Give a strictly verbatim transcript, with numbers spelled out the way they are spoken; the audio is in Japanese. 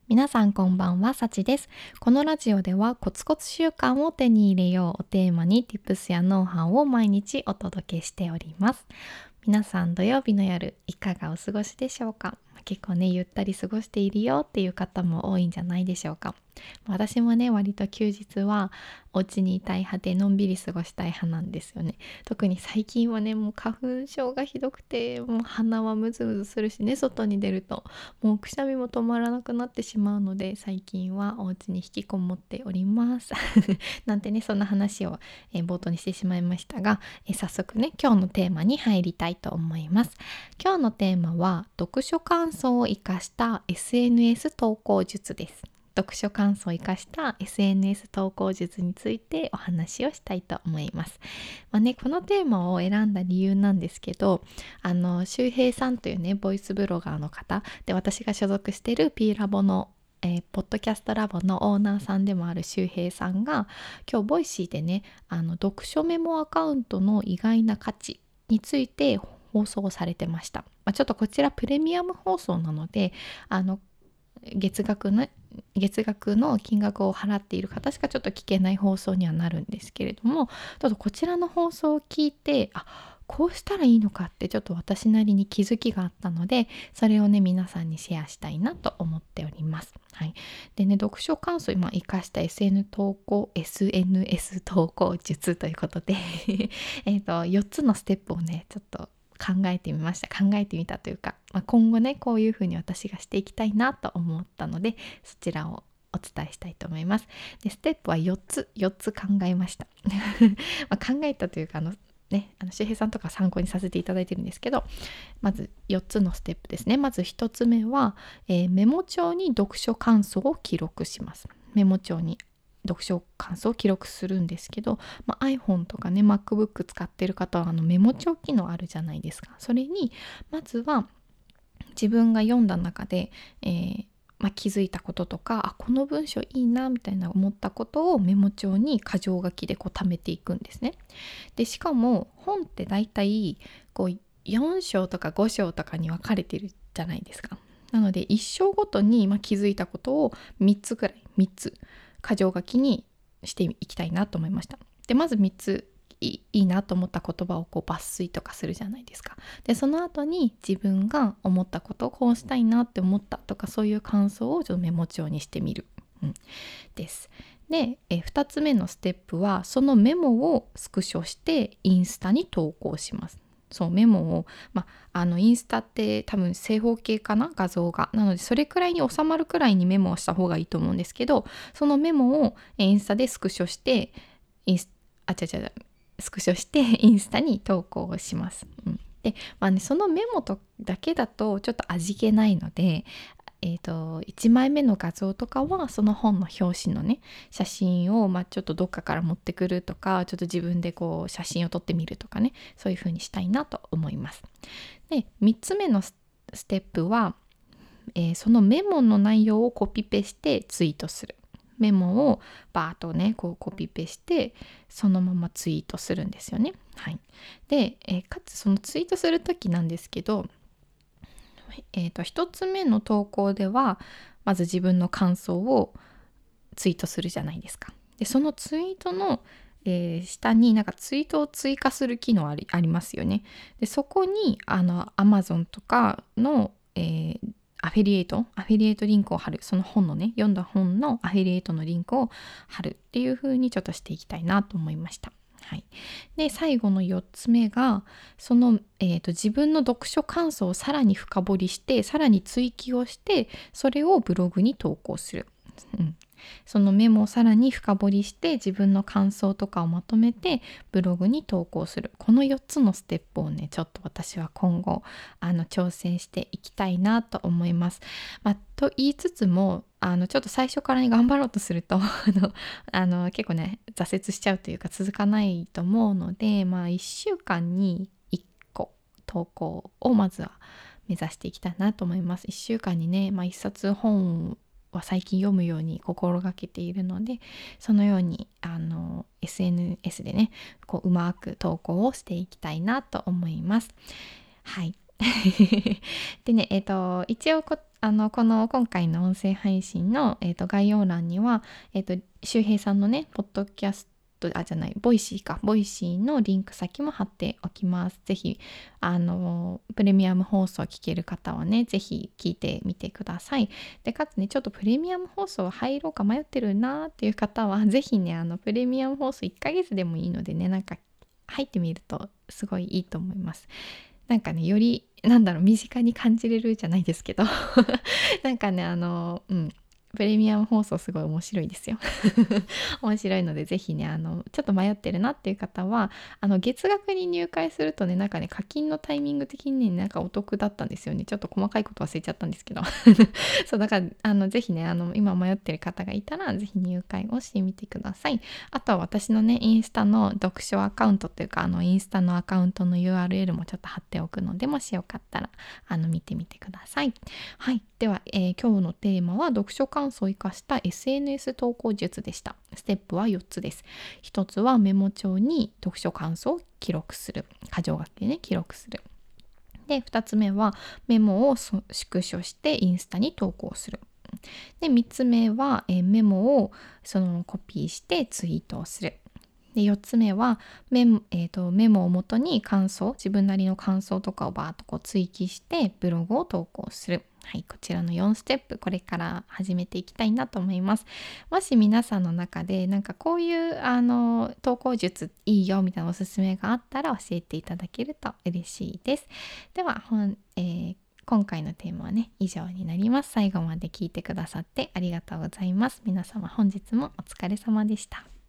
皆さんこんばんは、さちです。このラジオではコツコツ習慣を手に入れようをテーマに Tips やノウハウを毎日お届けしております。皆さん土曜日の夜いかがお過ごしでしょうか。結構ねゆったり過ごしているよっていう方も多いんじゃないでしょうか。私もね割と休日はお家にいたい派でのんびり過ごしたい派なんですよね。特に最近はねもう花粉症がひどくて、もう鼻はムズムズするしね、外に出るともうくしゃみも止まらなくなってしまうので、最近はお家に引きこもっておりますなんてね、そんな話を、えー冒頭にしてしまいましたが、えー早速ね今日のテーマに入りたいと思います。今日のテーマは読書感想を生かした エスエヌエス 投稿術です。読書感想を生かした エスエヌエス 投稿術についてお話をしたいと思います。まあね、このテーマを選んだ理由なんですけど、あの周平さんというねボイスブロガーの方で、私が所属している P ラボのえーポッドキャストラボのオーナーさんでもある周平さんが、今日ボイシーでねあの読書メモアカウントの意外な価値について放送されてました。まあ、ちょっとこちらプレミアム放送なので、あの月額の月額の金額を払っている方しかちょっと聞けない放送にはなるんですけれども、ちょっとこちらの放送を聞いて、あ、こうしたらいいのかってちょっと私なりに気づきがあったので、それをね皆さんにシェアしたいなと思っております。はい。でね、読書感想を今活かした エスエヌ 投稿 エスエヌエス 投稿術ということでえっとよっつのステップをねちょっと考えてみました考えてみたというか、まあ、今後ねこういうふうに私がしていきたいなと思ったので、そちらをお伝えしたいと思います。でステップはよっつよっつ考えましたまあ考えたというか、あのねあの周平さんとか参考にさせていただいてるんですけど、まずよっつのステップですね。まずひとつめは、えーメモ帳に読書感想を記録します。メモ帳に読書感想を記録するんですけど、まあ、iPhone とかね MacBook 使ってる方はあのメモ帳機能あるじゃないですか。それにまずは自分が読んだ中で、えーまあ、気づいたこととか、あこの文章いいなみたいな思ったことをメモ帳に箇条書きでこう貯めていくんですね。でしかも本ってだいたいこうよん章とかご章とかに分かれてるじゃないですか。なのでいっ章ごとにまあ気づいたことをみっつくらいみっつ箇条書きにしていきたいなと思いました。でまずみっついいなと思った言葉をこう抜粋とかするじゃないですか。でその後に自分が思ったことをこうしたいなって思ったとか、そういう感想をちょっとメモ帳にしてみる、うん、です。でえふたつめのステップはそのメモをスクショしてインスタに投稿します。そうメモを、まあ、あのインスタって多分正方形かな画像が、なのでそれくらいに収まるくらいにメモをした方がいいと思うんですけど、そのメモをインスタでスクショしてインスあ違う違うスクショしてインスタに投稿します。うん、で、まあね、そのメモとだけだとちょっと味気ないので、えーと、いちまいめの画像とかはその本の表紙のね写真を、まあ、ちょっとどっかから持ってくるとか、ちょっと自分でこう写真を撮ってみるとかね、そういう風にしたいなと思います。でみっつめのステップは、えーそのメモの内容をコピペしてツイートする。メモをバーッとねこうコピペしてそのままツイートするんですよね。はい。で、えーかつそのツイートする時なんですけど、えーとひとつめの投稿ではまず自分の感想をツイートするじゃないですか。でそのツイートの、えー下になんかツイートを追加する機能あり、ありますよね。でそこにあの Amazon とかの、えーアフィリエイトアフィリエイトリンクを貼る、その本のね読んだ本のアフィリエイトのリンクを貼るっていう風にちょっとしていきたいなと思いました。はい、で最後のよっつめがその、えーと、自分の読書感想をさらに深掘りしてさらに追記をしてそれをブログに投稿する。うん、そのメモをさらに深掘りして自分の感想とかをまとめてブログに投稿する。このよっつのステップをねちょっと私は今後あの挑戦していきたいなと思います。まあ、と言いつつもあのちょっと最初からね頑張ろうとするとあのあの結構ね挫折しちゃうというか続かないと思うので、まあいっしゅうかんにいっこ投稿をまずは目指していきたいなと思います。いっしゅうかんにね、まあ、いっさつ本は最近読むように心がけているので、そのようにあの エスエヌエス でねこううまく投稿をしていきたいなと思います。はい。 でね、えっ、と、一応こ、あの、この今回の音声配信の、えっ、と、概要欄には、えっ、と、周平さんのね、ポッドキャスト、あ、じゃない、ボイシーか、ボイシーのリンク先も貼っておきます。ぜひ、あの、プレミアム放送聞ける方はね、ぜひ聞いてみてください。で、かつね、ちょっとプレミアム放送入ろうか迷ってるなーっていう方は、ぜひね、あの、プレミアム放送いっかげつでもいいのでね、なんか、入ってみるとすごいいいと思います。なんかね、より、なんだろう、身近に感じれるじゃないですけどなんかね、あの、うん、プレミアム放送すごい面白いですよ面白いので、ぜひね、あの、ちょっと迷ってるなっていう方は、あの、月額に入会するとね、なんかね、課金のタイミング的にね、なんかお得だったんですよね。ちょっと細かいこと忘れちゃったんですけどそう、だから、あの、ぜひね、あの、今迷ってる方がいたら、ぜひ入会をしてみてください。あとは私のね、インスタの読書アカウントというか、あの、インスタのアカウントの ユーアールエル もちょっと貼っておくので、もしよかったら、あの、見てみてください。はい。では、えー今日のテーマは、読書感想を生かした エスエヌエス 投稿術でした。ステップはよっつです。ひとつはメモ帳に読書感想を記録する。箇条書きでね、記録する。で、ふたつめはメモをそ縮小してインスタに投稿する。で、みっつめは、えーメモをそのコピーしてツイートをする。で、よっつめはメモ、えーと、メモをもとに感想、自分なりの感想とかをバーッとこう追記してブログを投稿する。はい、こちらのよんステップ、これから始めていきたいなと思います。もし皆さんの中で、なんかこういうあの投稿術いいよみたいなおすすめがあったら教えていただけると嬉しいです。では、本、えー今回のテーマはね、以上になります。最後まで聞いてくださってありがとうございます。皆様本日もお疲れ様でした。